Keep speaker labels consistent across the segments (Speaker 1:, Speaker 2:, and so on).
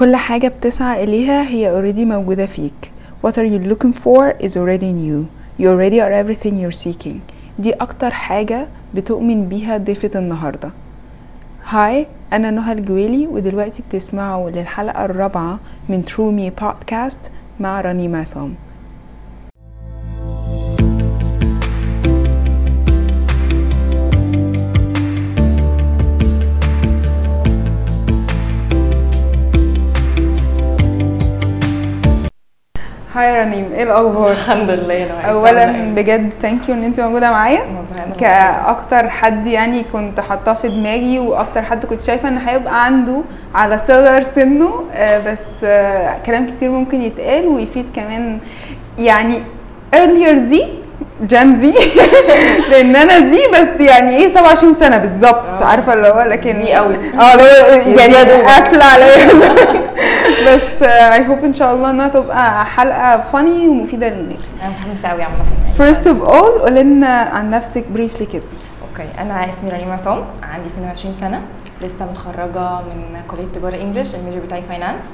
Speaker 1: كل حاجة بتسعى إليها هي already موجودة فيك. What are you looking for is already in you. You already are everything you're seeking. دي أكتر حاجة بتؤمن بيها ضيفة النهاردة. هاي، أنا نهى الجويلي، ودلوقتي بتسمعوا للحلقة الرابعة من True Me Podcast مع رنيم عصام. هاي رنيم، ايه الاخبار؟
Speaker 2: الحمد لله.
Speaker 1: اولا بجد ثانك يو ان انت موجوده معايا كاكتر حد يعني كنت حاطاه في دماغي، واكتر حد كنت شايفه ان هيبقى عنده على صغر سنه بس كلام كتير ممكن يتقال ويفيد كمان يعني earlier زي جان زي لان انا زي بس يعني ايه 27 سنه بالظبط، عارفه اللي هو لكن
Speaker 2: زي قوي
Speaker 1: يعني قافله عليا بس I hope ان شاء الله انها تبقى حلقه فاني ومفيده للناس.
Speaker 2: انا متحمسه قوي عامه.
Speaker 1: First of all قولي لنا عن نفسك بريفلي كده.
Speaker 2: اوكي، انا اسمي رنيم عصام، عندي 22 سنه، لسه متخرجه من كليه تجاره انجلش، الميجر بتاعي فاينانس،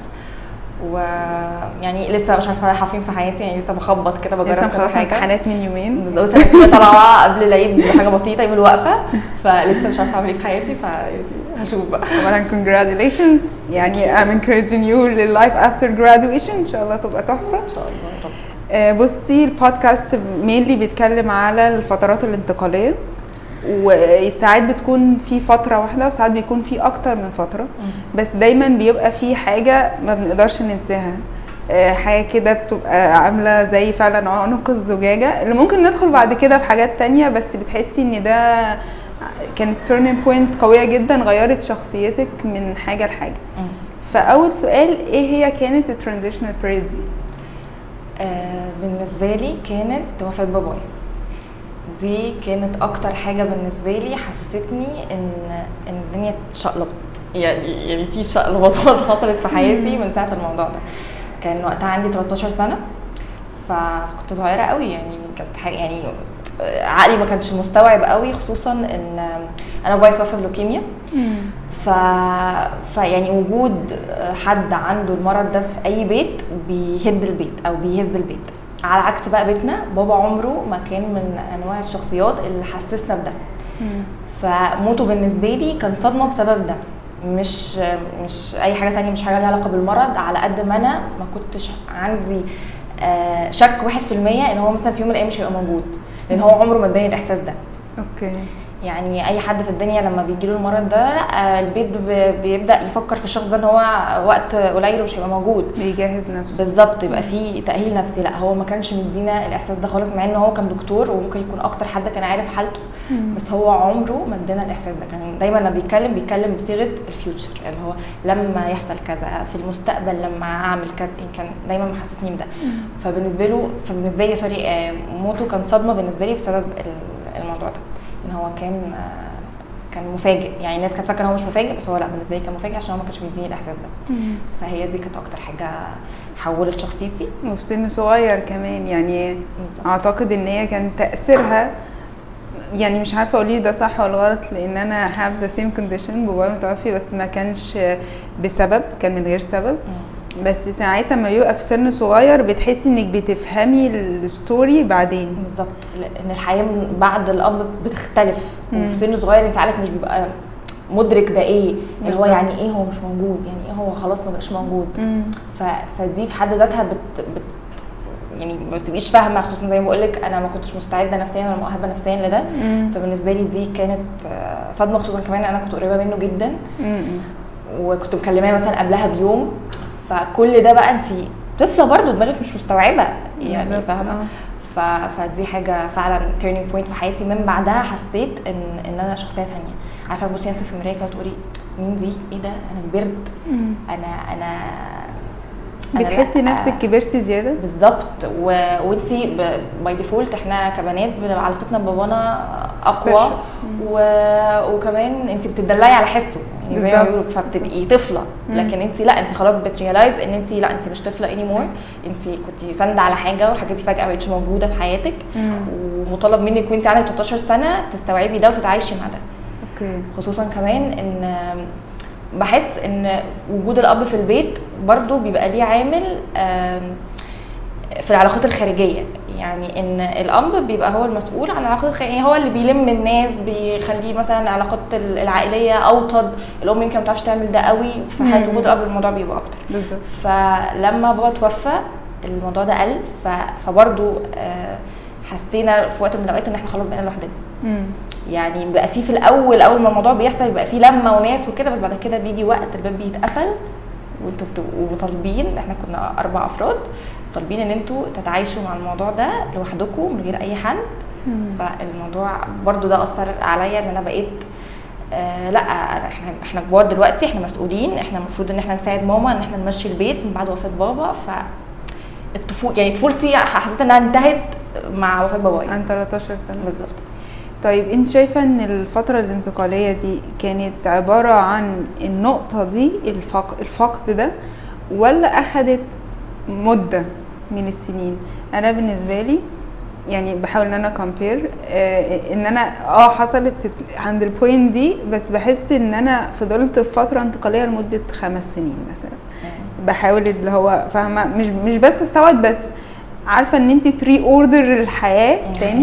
Speaker 2: ويعني لسه مش عارفه رايحه فين في حياتي، يعني لسه بخبط كده بجرب
Speaker 1: لسه مخلصه امتحانات من يومين
Speaker 2: بالظبط. انا كده طالعه قبل العيد بحاجه بسيطه يوم الوقفه، فلسه مش عارفه اعمل ايه في حياتي، فهشوف بقى.
Speaker 1: اولا congratulations، يعني I'm encouraging you للlife after graduation، ان شاء الله تبقى تحفه
Speaker 2: ان شاء الله يا رب.
Speaker 1: بصي البودكاست مينلي بيتكلم على الفترات الانتقاليه، وساعات بتكون في فتره واحده وساعات بيكون في اكتر من فتره، بس دايما بيبقى في حاجه ما بنقدرش ننساها، حاجه كده بتبقى عامله زي فعلا عنق الزجاجه اللي ممكن ندخل بعد كده في حاجات تانية، بس بتحسي ان ده كانت turning point قويه جدا غيرت شخصيتك من حاجه لحاجه. فاول سؤال، ايه هي كانت الترانزيشنال بيريود دي؟
Speaker 2: بالنسبه لي كانت وفاه بابايا. دي كانت اكتر حاجه بالنسبه لي حسستني ان الدنيا اتشقلبت، يعني في شقلبات حصلت في حياتي من ساعه الموضوع ده. كان وقتها عندي 13 سنه، فكنت صغيره قوي، يعني كانت حاجه يعني عقلي ما كانش مستوعب قوي، خصوصا ان انا بابايا توفى بلوكيميا. يعني وجود حد عنده المرض ده في اي بيت بيهد البيت او بيهز البيت، على عكس بقى بيتنا بابا عمره ما كان من انواع الشخصيات اللي حسسنا بده. فموته بالنسبه لي كان صدمه بسبب ده، مش اي حاجه تانية، مش حاجه ليها علاقه بالمرض، على قد ما انا ما كنتش عندي شك 1% ان هو مثلا في يوم من الايام مش هيبقى موجود، لان هو عمره ما اداني الاحساس ده.
Speaker 1: اوكي،
Speaker 2: يعني اي حد في الدنيا لما بيجيله المرض ده لا، البيت بيبدا يفكر في الشخص ده ان هو وقت قليل ومش هيبقى موجود،
Speaker 1: بيجهز نفسه
Speaker 2: بالظبط، يبقى في تاهيل نفسي. لا، هو ما كانش مدينا الاحساس ده خالص، مع ان هو كان دكتور وممكن يكون اكتر حد كان عارف حالته، بس هو عمره ما ادانا الاحساس ده. كان دايما لما بيتكلم بصيغه الفيوتشر، اللي هو لما يحصل كذا في المستقبل، لما اعمل كذا، كان دايما محسسني بده. فبالنسبه لي سوري، موته كان صدمه بالنسبه لي بسبب الموضوع ده، ان هو كان مفاجئ. يعني الناس كانت فاكره ان هو مش مفاجئ، بس هو لا، بالنسبه لي كان مفاجئ عشان هو ما كانش بيديني الاحساس ده. فهي دي كانت اكتر حاجه حولت شخصيتي،
Speaker 1: وفي سن صغير كمان. يعني اعتقد ان هي كان تاثيرها، يعني مش عارفه اقول ده صح ولا غلط، لان انا have the same condition، بابايا متوفي بس ما كانش بسبب، كان من غير سبب. بس ساعتها لما بيبقى في سن صغير بتحسي انك بتفهمي الستوري بعدين.
Speaker 2: بالظبط، لان الحياه بعد الاب بتختلف، وفي سن صغير انت عقلك مش بيبقى مدرك ده ايه، اللي هو يعني ايه هو مش موجود، يعني ايه هو خلاص ما بقاش موجود. فدي في حد ذاتها يعني ما بتبقيش فاهمه، خصوصا زي ما بقول لك انا ما كنتش مستعده نفسيا ولا مؤهبه نفسيا لده. فبالنسبه لي دي كانت صدمه، خصوصا كمان انا كنت قريبه منه جدا، وكنت مكلماه مثلا قبلها بيوم. فكل ده بقى انت طفله برضو دماغك مش مستوعبه، يعني فاهمه. فدي حاجه فعلا turning point في حياتي. من بعدها حسيت ان انا شخصيه ثانيه، عارفه تبصي نفسك في المرايه وتقولي مين دي، ايه ده، انا كبرت، انا
Speaker 1: بتحسي نفسك كبرتي زياده.
Speaker 2: بالظبط. وانتي باي ديفولت احنا كبنات بنبقى علاقتنا ببابانا اقوى، وكمان انتي بتدلعي على حسه، يعني زي ما بيقولوا، فبتبقي طفله. لكن انتي لا، انتي خلاص بتريلايز ان انتي لا، انتي مش طفله انيمور، انتي كنتي ساندة على حاجه والحاجات دي فجاه مبقتش موجوده في حياتك، ومطالب منك وانتي عندك 13 سنه تستوعبي ده وتتعايشي مع ده.
Speaker 1: اوكي.
Speaker 2: خصوصا كمان ان بحس ان وجود الاب في البيت برضو بيبقى ليه عامل في العلاقات الخارجيه. يعني ان الاب بيبقى هو المسؤول عن العلاقات الخارجيه، هو اللي بيلم الناس، بيخليه مثلا العلاقات العائليه اوطد. الام يمكن ما بتعرفش تعمل ده قوي، في حاله وجود الاب الموضوع بيبقى اكتر
Speaker 1: بالظبط.
Speaker 2: فلما بابا توفى الموضوع ده قل، فبرضو حسينا في وقت من الاوقات ان احنا خلاص بقينا لوحدنا. يعني بقى في الاول اول ما الموضوع بيحصل يبقى في لمه وناس وكده، بس بعد كده بيجي وقت الباب بيتقفل وانتوا بتبقوا طالبين، احنا كنا 4 افراد طالبين ان انتوا تتعايشوا مع الموضوع ده لوحدكم من غير اي حد. فالموضوع برضو ده اثر عليا ان انا بقيت لا احنا كبار دلوقتي، احنا مسؤولين، احنا المفروض ان احنا نساعد ماما ان احنا نمشي البيت من بعد وفاه بابا. يعني طفولتي حسيت انها انتهت مع وفاه بابايا
Speaker 1: عن 13 سنه
Speaker 2: بالظبط.
Speaker 1: طيب انت شايفه ان الفتره الانتقاليه دي كانت عباره عن النقطه دي الفقد ده، ولا اخذت مده من السنين؟ انا بالنسبه لي يعني بحاول ان انا كومبير ان انا حصلت عند البوينت دي، بس بحس ان انا فضلت في فتره انتقاليه لمده 5 سنين مثلا. بحاول اللي هو فاهمه مش بس استوعب، بس عارفه ان انت تري اوردر الحياه تاني.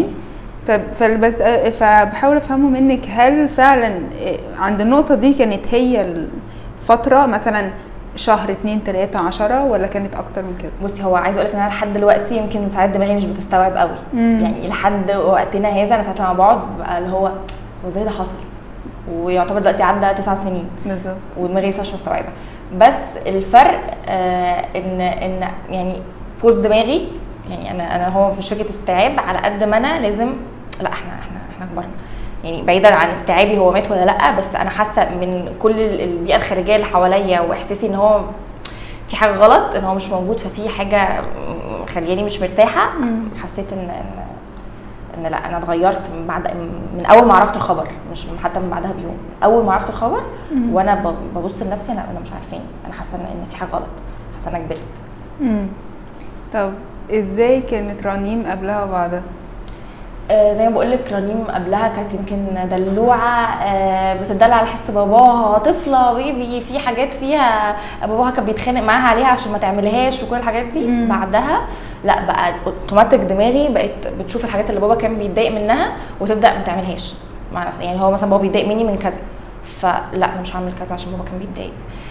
Speaker 1: فبحاول افهمه منك، هل فعلا عند النقطه دي كانت هي الفتره مثلا شهر 2 3 10 ولا كانت اكتر من كده؟
Speaker 2: بصي هو عايزه اقول لك ان انا لحد دلوقتي يمكن ساعات دماغي مش بتستوعب قوي. يعني لحد وقتنا هذا انا ساعات لما بقعد بقى اللي هو ازاي ده حصل، ويعتبر دلوقتي عدى 9 سنين
Speaker 1: بالظبط،
Speaker 2: ودماغي لسه مش مستوعبه. بس الفرق ان يعني بوز دماغي، يعني انا هو مش فكره استيعاب على قد ما انا لازم لا احنا كبرنا. يعني بعيدا عن استيعابي هو مات ولا لا، بس انا حاسه من كل البيئه الخارجيه اللي حواليا واحساسي ان هو في حاجه غلط، ان هو مش موجود، ففي حاجه خلياني مش مرتاحه. حسيت ان لا انا اتغيرت من اول ما عرفت الخبر، مش حتى من بعدها بيوم. اول ما عرفت الخبر وانا ببص لنفسي انا مش عارفين، انا حاسه ان في حاجه غلط، حاسه انا كبرت.
Speaker 1: طب ازاي كانت رنيم قبلها وبعدها؟
Speaker 2: زي ما بقول لك رنيم قبلها كانت يمكن دلوعه، بتدلع على حس باباها، طفله بيبي، في حاجات فيها باباها كان بيتخانق معاها عليها عشان ما تعملهاش وكل الحاجات دي. بعدها لا بقى اوتوماتيك دماغي بقت بتشوف الحاجات اللي بابا كان بيتضايق منها وتبدا ما تعملهاش مع نفسها. يعني هو مثلا بابا بيتضايق مني من كذا، فلا انا مش هعمل كذا عشان بابا كان بيتضايق.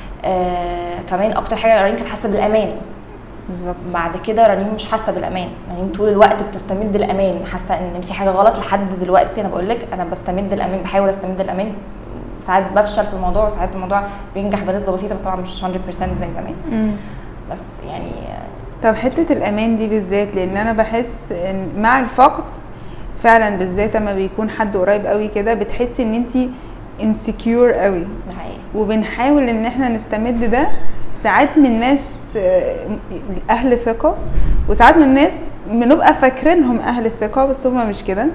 Speaker 2: كمان اكتر حاجه رنيم كانت حاسه بالامان
Speaker 1: بالظبط.
Speaker 2: بعد كده رنيم مش حاسه بالامان، رنيم طول الوقت بتستمد الامان، حاسه ان في حاجه غلط. لحد دلوقتي انا بقول لك انا بستمد الامان، بحاول استمد الامان، ساعات بفشل في الموضوع وساعات الموضوع بينجح بنسبه بسيطه، بس طبعا مش 100% زي زمان. بس يعني
Speaker 1: طب حته الامان دي بالذات، لان انا بحس ان مع الفقد فعلا بالذات اما بيكون حد قريب قوي كده بتحسي ان انت انسكيور قوي، وبنحاول ان احنا نستمد ده ساعات من ناس اهل ثقه، وساعات من ناس بنبقى فاكرينهم اهل الثقه بس هم مش كده.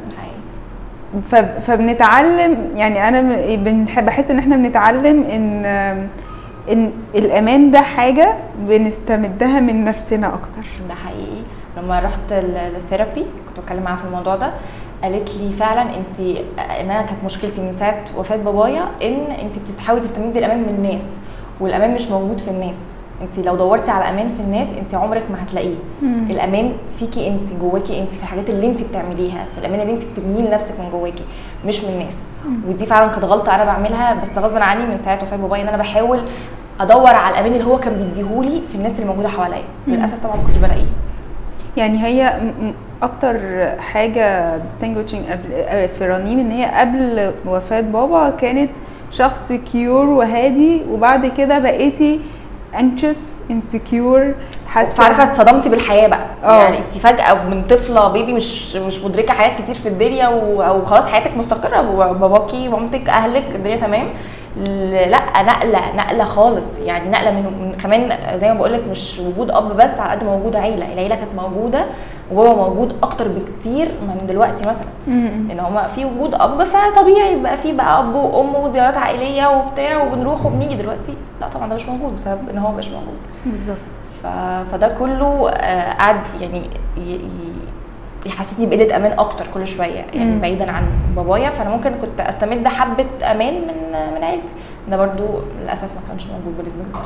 Speaker 1: فبنتعلم، يعني انا بحس ان احنا بنتعلم ان الامان ده حاجه بنستمدها من نفسنا اكتر.
Speaker 2: ده حقيقي. لما رحت للثيرابي كنت بتكلم معاها في الموضوع ده، قالت لي فعلا ان انا كانت مشكلتي من ساعه وفاه بابايا ان انت بتحاولي تستمدي الامان من الناس، والامان مش موجود في الناس. انت لو دورتي على امان في الناس انت عمرك ما هتلاقيه. الامان فيكي انت، جواكي انت، في الحاجات اللي انت بتعمليها، في الامان اللي انت بتبنيه لنفسك من جواكي مش من الناس. ودي فعلا كانت غلطه انا بعملها، بس غصب عني من ساعه وفاه بابايا ان انا بحاول ادور على الامان اللي هو كان بيديهولي في الناس اللي موجوده حواليا. للاسف طبعا ما كنتش بلاقيه.
Speaker 1: يعني هي اكتر حاجه distinguishing في رنيم ان هي قبل وفاه بابا كانت شخص كيور وهادي، وبعد كده بقيتي anxious insecure،
Speaker 2: حاسه عارفه اتصدمتي بالحياه بقى. يعني انت فجاه من طفله بيبي مش مدركه حاجات كتير في الدنيا او خلاص حياتك مستقره، باباكي مامتك اهلك الدنيا تمام، لا نقله خالص. يعني نقله من كمان زي ما بقول لك مش وجود اب بس، على قد ما وجود العيله كانت موجوده وبابا موجود اكتر بكتير من دلوقتي مثلا. ان هما في وجود اب فطبيعي يبقى في بقى اب وام وزيارات عائليه وبتاع وبنروح وبنيجي. دلوقتي لا طبعا ده مش موجود بسبب ان هو مش موجود
Speaker 1: بالظبط.
Speaker 2: فده كله قعد يعني يحسسني بقله امان اكتر كل شويه. يعني بعيدا عن بابايا فانا ممكن كنت استمد حبه امان من عيلتي، ده برضو للاسف ما كانش موجود بالنسبه لي.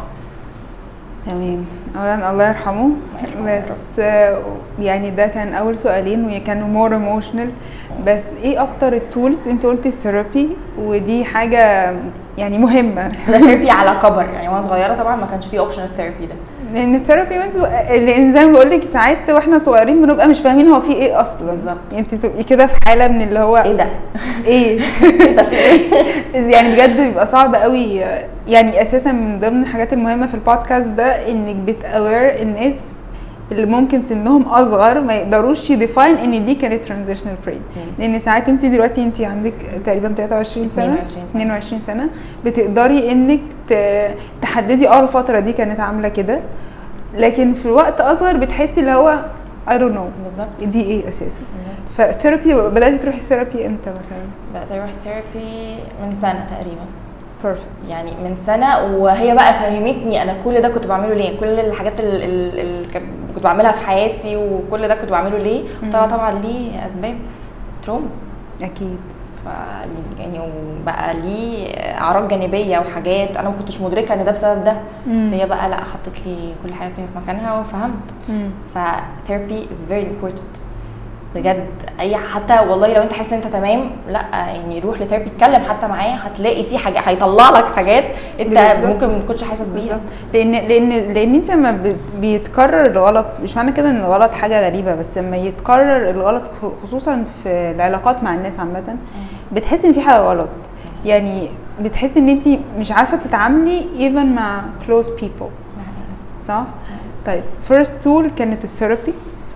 Speaker 1: تمام. اولا الله يرحمه. بس يعني ده كان اول سؤالين وكانوا مور ايموشنال. بس ايه اكتر التولز؟ انت قلتي الثيرابي ودي حاجه يعني مهمه.
Speaker 2: الثيرابي على كبر يعني وانا صغيره طبعا ما كانش فيه اوبشن الثيرابي ده،
Speaker 1: لان الثيرابي لان زي ما بقول لك ساعات واحنا صغيرين بنبقى مش فاهمين هو في ايه اصلا.
Speaker 2: بالظبط.
Speaker 1: انت بتبقي كده في حاله من اللي هو
Speaker 2: ايه ده
Speaker 1: ايه
Speaker 2: ده في ايه
Speaker 1: يعني بجد بيبقى صعب قوي. يعني اساسا من ضمن الحاجات المهمه في البودكاست ده انك بتاوير الناس اللي ممكن سنهم اصغر ما يقدروش يديفاين ان دي كانت ترانزيشنال برين. لان ساعات انت دلوقتي انت عندك تقريبا 23 سنه 22 سنه بتقدري انك تحددي الفتره دي كانت عامله كده، لكن في وقت اصغر بتحسي اللي هو I don't know
Speaker 2: بالظبط
Speaker 1: دي ايه اساسا. فالثيرابي بدأتي تروحي ثيرابي امتى مثلا؟
Speaker 2: بدأت اروح ثيرابي من سنه تقريبا.
Speaker 1: بيرفكت.
Speaker 2: يعني من سنه، وهي بقى فهمتني انا كل ده كنت بعمله ليه، كل الحاجات اللي كنت بعملها في حياتي وكل ده كنت بعمله ليه. طبعا ليه اسباب، تروما
Speaker 1: اكيد.
Speaker 2: يعني وبقى ليه اعراض جانبيه وحاجات انا ما كنتش مدركه ان ده بسبب ده. هي بقى لا حطت لي كل حاجه في مكانها وفهمت. فتherapy is very important بجد. اي حتى والله لو انت حاسس ان انت تمام، لا يعني روح لثيرابي، اتكلم حتى معاه، هتلاقي فيه حاجه هيطلع لك حاجات انت ممكن ما تكونش حاسس بيها.
Speaker 1: لان انت لما بيتكرر الغلط، مش معنى كده ان الغلط حاجه غريبه، بس لما يتكرر الغلط خصوصا في العلاقات مع الناس عامه بتحس ان في حاجه غلط. يعني بتحس ان انت مش عارفه تتعاملي even مع close people. صح؟ طيب first tool كانت الثيرابي،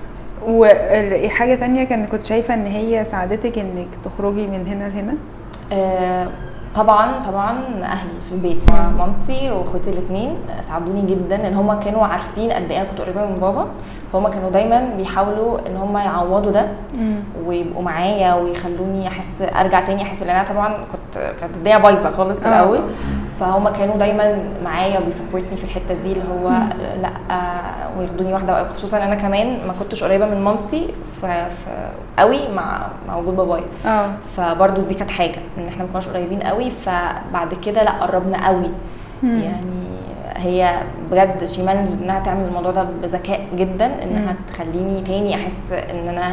Speaker 1: وحاجه تانية كنت شايفه ان هي ساعدتك انك تخرجي من هنا لهنا؟
Speaker 2: طبعا اهلي في البيت، مامتي واخواتي الاثنين ساعدوني جدا، ان هم كانوا عارفين قد ايه انا كنت قريبه من بابا، فهم كانوا دايما بيحاولوا ان هم يعوضوا ده ويبقوا معايا ويخلوني ارجع تاني احس ان انا طبعا كانت الدنيا بايظه خالص في الاول. فهم كانوا دايما معايا وبيسبورتني في الحته دي اللي هو لا وياخدوني واحده، خصوصا انا كمان ما كنتش قريبه من مامتي قوي مع وجود بابايا. فبرضو دي كانت حاجه ان احنا ما كناش قريبين قوي، فبعد كده لا قربنا قوي. يعني هي بجد شي مانج انها تعمل الموضوع ده بذكاء جدا، انها تخليني تاني احس ان انا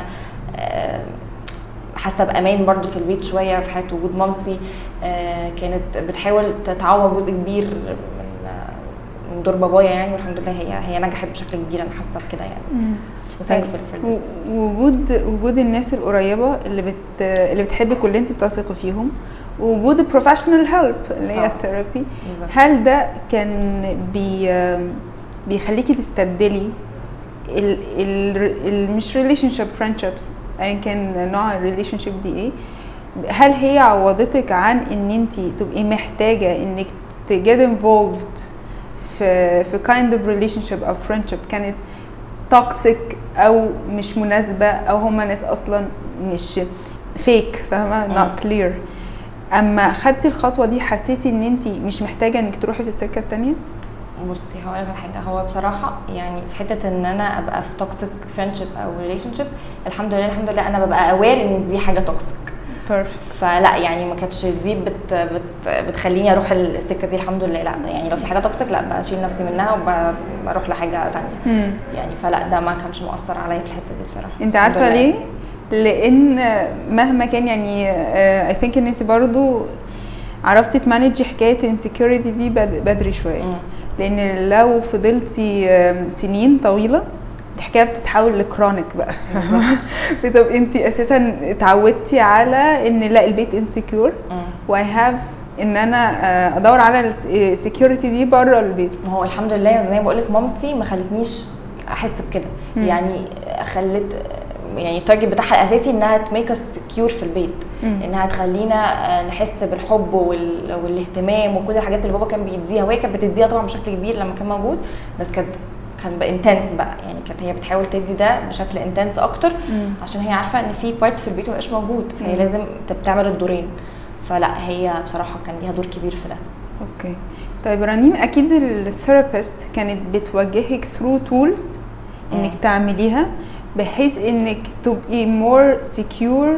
Speaker 2: حاسه بامان برضو في البيت شويه في حياه وجود مامتي. كانت بتحاول تعوض جزء كبير من دور بابايا يعني، والحمد لله هي نجحت بشكل كبير، انا حاسه بكده يعني.
Speaker 1: وجود الناس القريبه اللي بتحبك واللي انت بتثقي فيهم، ووجود البروفيشنال هيلب اللي هي الثيرابي، هل ده كان بيخليكي تستبدلي مش ريليشن شيب، فريندشيبس ايا كان نوع الريليشن شيب دي ايه، هل هي عوضتك عن ان انت تبقي محتاجه انك تجيت انفولفد في kind of relationship او friendship كانت توكسيك او مش مناسبه، او هما ناس اصلا مش فيك، فاهمه؟ not clear. اما خدتي الخطوه دي حسيتي ان انت مش محتاجه انك تروحي في السكه الثانيه؟
Speaker 2: بصي هقول لك حاجه، هو بصراحه يعني في حته ان انا ابقى في توكسيك فريندشيب او ريليشن شيب، الحمد لله انا ببقى اوير ان دي حاجه توكسيك.
Speaker 1: بيرفكت.
Speaker 2: فلا يعني ما كانتش دي بتخليني اروح السكه دي، الحمد لله. لا يعني لو في حاجه توكسيك لا بشيل نفسي منها وبروح لحاجه ثانيه. يعني فلا ده ما كانش مؤثر عليا في الحته دي بصراحه.
Speaker 1: انت عارفه ليه؟ لان مهما كان يعني اي ثينك ان انت برضو عرفتي تمانجي حكايه الانسكيورتي دي بدري شويه. لان لو فضلتي سنين طويله الحكايه بتتحول لكرونيك بقى. طب انت اساسا اتعودتي على ان لا البيت انسكيور واي هاف ان انا ادور على السكيورتي دي بره البيت.
Speaker 2: ما هو الحمد لله زي ما بقول لك مامتي ما خلتنيش احس بكده. يعني خلت يعني التارجت بتاعها الاساسي انها تميك اس سكيور في البيت، انها تخلينا نحس بالحب والاهتمام وكل الحاجات اللي بابا كان بيديها، وهي كانت بتديها طبعا بشكل كبير لما كان موجود، بس كان بانتنس بقى. يعني كانت هي بتحاول تدي ده بشكل انتنس اكتر عشان هي عارفه ان في بارت في البيت مبقاش موجود، فهي لازم تعمل الدورين. فلا هي بصراحه كان ليها دور كبير في ده.
Speaker 1: اوكي طيب رنيم، اكيد الثيرابيست كانت بتوجهك ثرو تولز انك تعمليها بحيث انك تبقي more secure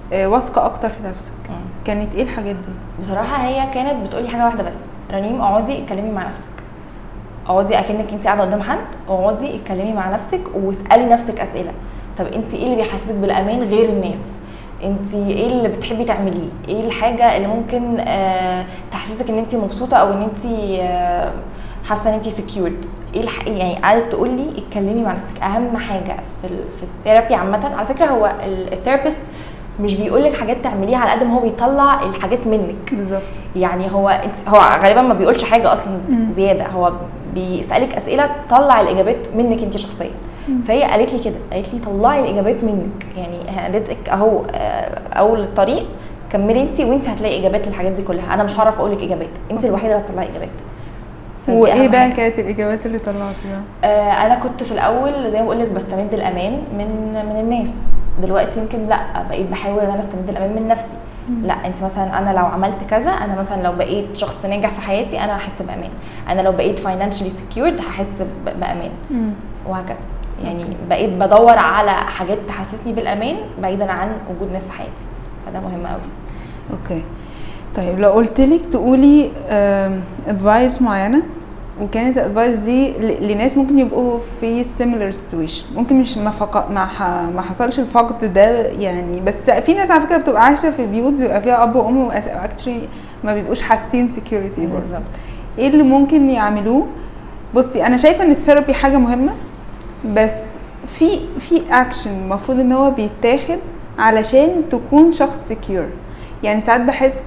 Speaker 1: واثقه اكتر في نفسك. كانت ايه الحاجات دي؟
Speaker 2: بصراحه هي كانت بتقولي حاجه واحده بس، رنيم اقعدي اتكلمي مع نفسك، اقعدي اكنك انت قاعده قدام حد، اقعدي اتكلمي مع نفسك واسالي نفسك اسئله. طب انت ايه اللي بيحسسك بالامان غير الناس؟ انت ايه اللي بتحبي تعمليه؟ ايه الحاجه اللي ممكن تحسسك ان انت مبسوطه او ان انت حاسه ان انت سكيورد؟ ايه يعني قعدت تقول لي اتكلمي مع نفسك. اهم حاجه في الثيرابي عامه على فكره، هو الثيرابيست مش بيقول لك حاجات تعمليها على قد ما هو بيطلع الحاجات منك.
Speaker 1: بالظبط.
Speaker 2: يعني هو غالبا ما بيقولش حاجه اصلا زياده، هو بيسالك اسئله تطلع الاجابات منك انت شخصيا. فهي قالت لي كده، قالت لي طلعي الاجابات منك، يعني اديتك اهو اول الطريق، كملي انت وانت هتلاقي اجابات للحاجات دي كلها. انا مش هعرف اقول لك اجابات، انت الوحيده اللي هتطلعي اجابات.
Speaker 1: وايه بقى كانت الاجابات اللي طلعتيها؟
Speaker 2: انا كنت في الاول زي ما بقول لك بستمد الامان من الناس. دلوقتي يمكن لا، بقيت بحاول ان انا استمد الامان من نفسي. لا انت مثلا انا لو عملت كذا، انا مثلا لو بقيت شخص ناجح في حياتي انا هحس بامان، انا لو بقيت financially secured هحس بامان، وهكذا. يعني بقيت بدور على حاجات تحسسني بالامان بعيدا عن وجود ناس في حياتي، فده مهم قوي.
Speaker 1: اوكي طيب، لو قلت لك تقولي ادفايس معينه، وكانت الادفايس دي لناس ممكن يبقوا في similar situation، ممكن مش ما حصلش الفقد ده يعني، بس في ناس على فكره بتبقى عايشه في بيوت بيبقى فيها اب وام اكشلي ما بيبقوش حاسين security.
Speaker 2: بالظبط.
Speaker 1: ايه اللي ممكن يعملوه؟ بصي انا شايفه ان الثيرابي حاجه مهمه، بس في اكشن المفروض ان هو بيتاخد علشان تكون شخص secure. يعني ساعات بحس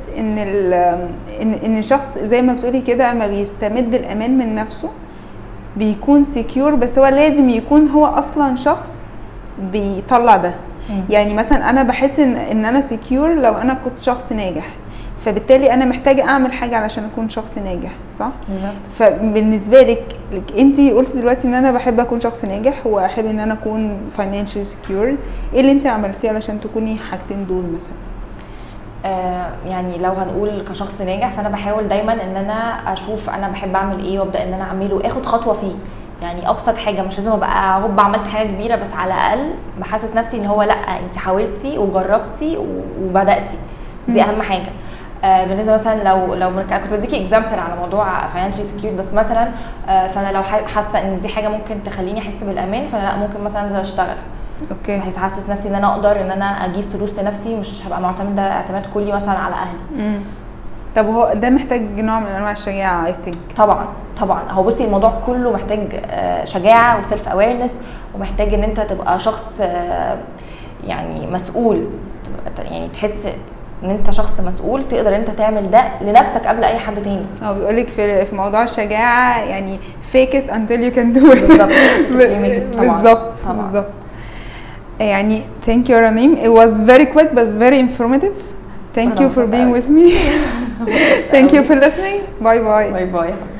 Speaker 1: ان الشخص زي ما بتقولي كده اما بيستمد الامان من نفسه بيكون سكيور، بس هو لازم يكون هو اصلا شخص بيطلع ده. يعني مثلا انا بحس ان انا سكيور لو انا كنت شخص ناجح، فبالتالي انا محتاجه اعمل حاجه علشان اكون شخص ناجح، صح؟ فبالنسبه لك انتي قلتي دلوقتي ان انا بحب اكون شخص ناجح واحب ان انا اكون financially secured. ايه اللي انتي عملتيه علشان تكوني حاجتين دول مثلا؟
Speaker 2: يعني لو هنقول كشخص ناجح، فانا بحاول دايما ان انا اشوف انا بحب اعمل ايه وابدا ان انا اعمله واخد خطوه فيه. يعني ابسط حاجه، مش لازم ابقى هوب عملت حاجه كبيره، بس على الاقل بحسس نفسي ان هو لا انت حاولتي وجربتي وبداتي، دي اهم حاجه. بالنسبه مثلا لو كنت بديكي اكزامبل على موضوع فاينانشال سكيور، بس مثلا فانا لو حاسه ان دي حاجه ممكن تخليني احس بالامان، فانا لا ممكن مثلا انزل اشتغل.
Speaker 1: اوكي،
Speaker 2: بحيث احسس نفسي ان انا اقدر ان انا اجيب فلوس لنفسي، مش هبقى معتمده اعتماد كلي مثلا على اهلي.
Speaker 1: طب هو ده محتاج نوع من انواع الشجاعه اي ثينك.
Speaker 2: طبعا هو بصي الموضوع كله محتاج شجاعه وسيلف اويرنس، ومحتاج ان انت تبقى شخص يعني مسؤول، يعني تحس ان انت شخص مسؤول تقدر انت تعمل ده لنفسك قبل اي حد تاني.
Speaker 1: بيقولك في موضوع الشجاعه يعني fake it until you can do it. بالظبط. يعني thank you Ranim, it was very quick but very informative. Thank you for being with me. Thank you for listening. Bye bye.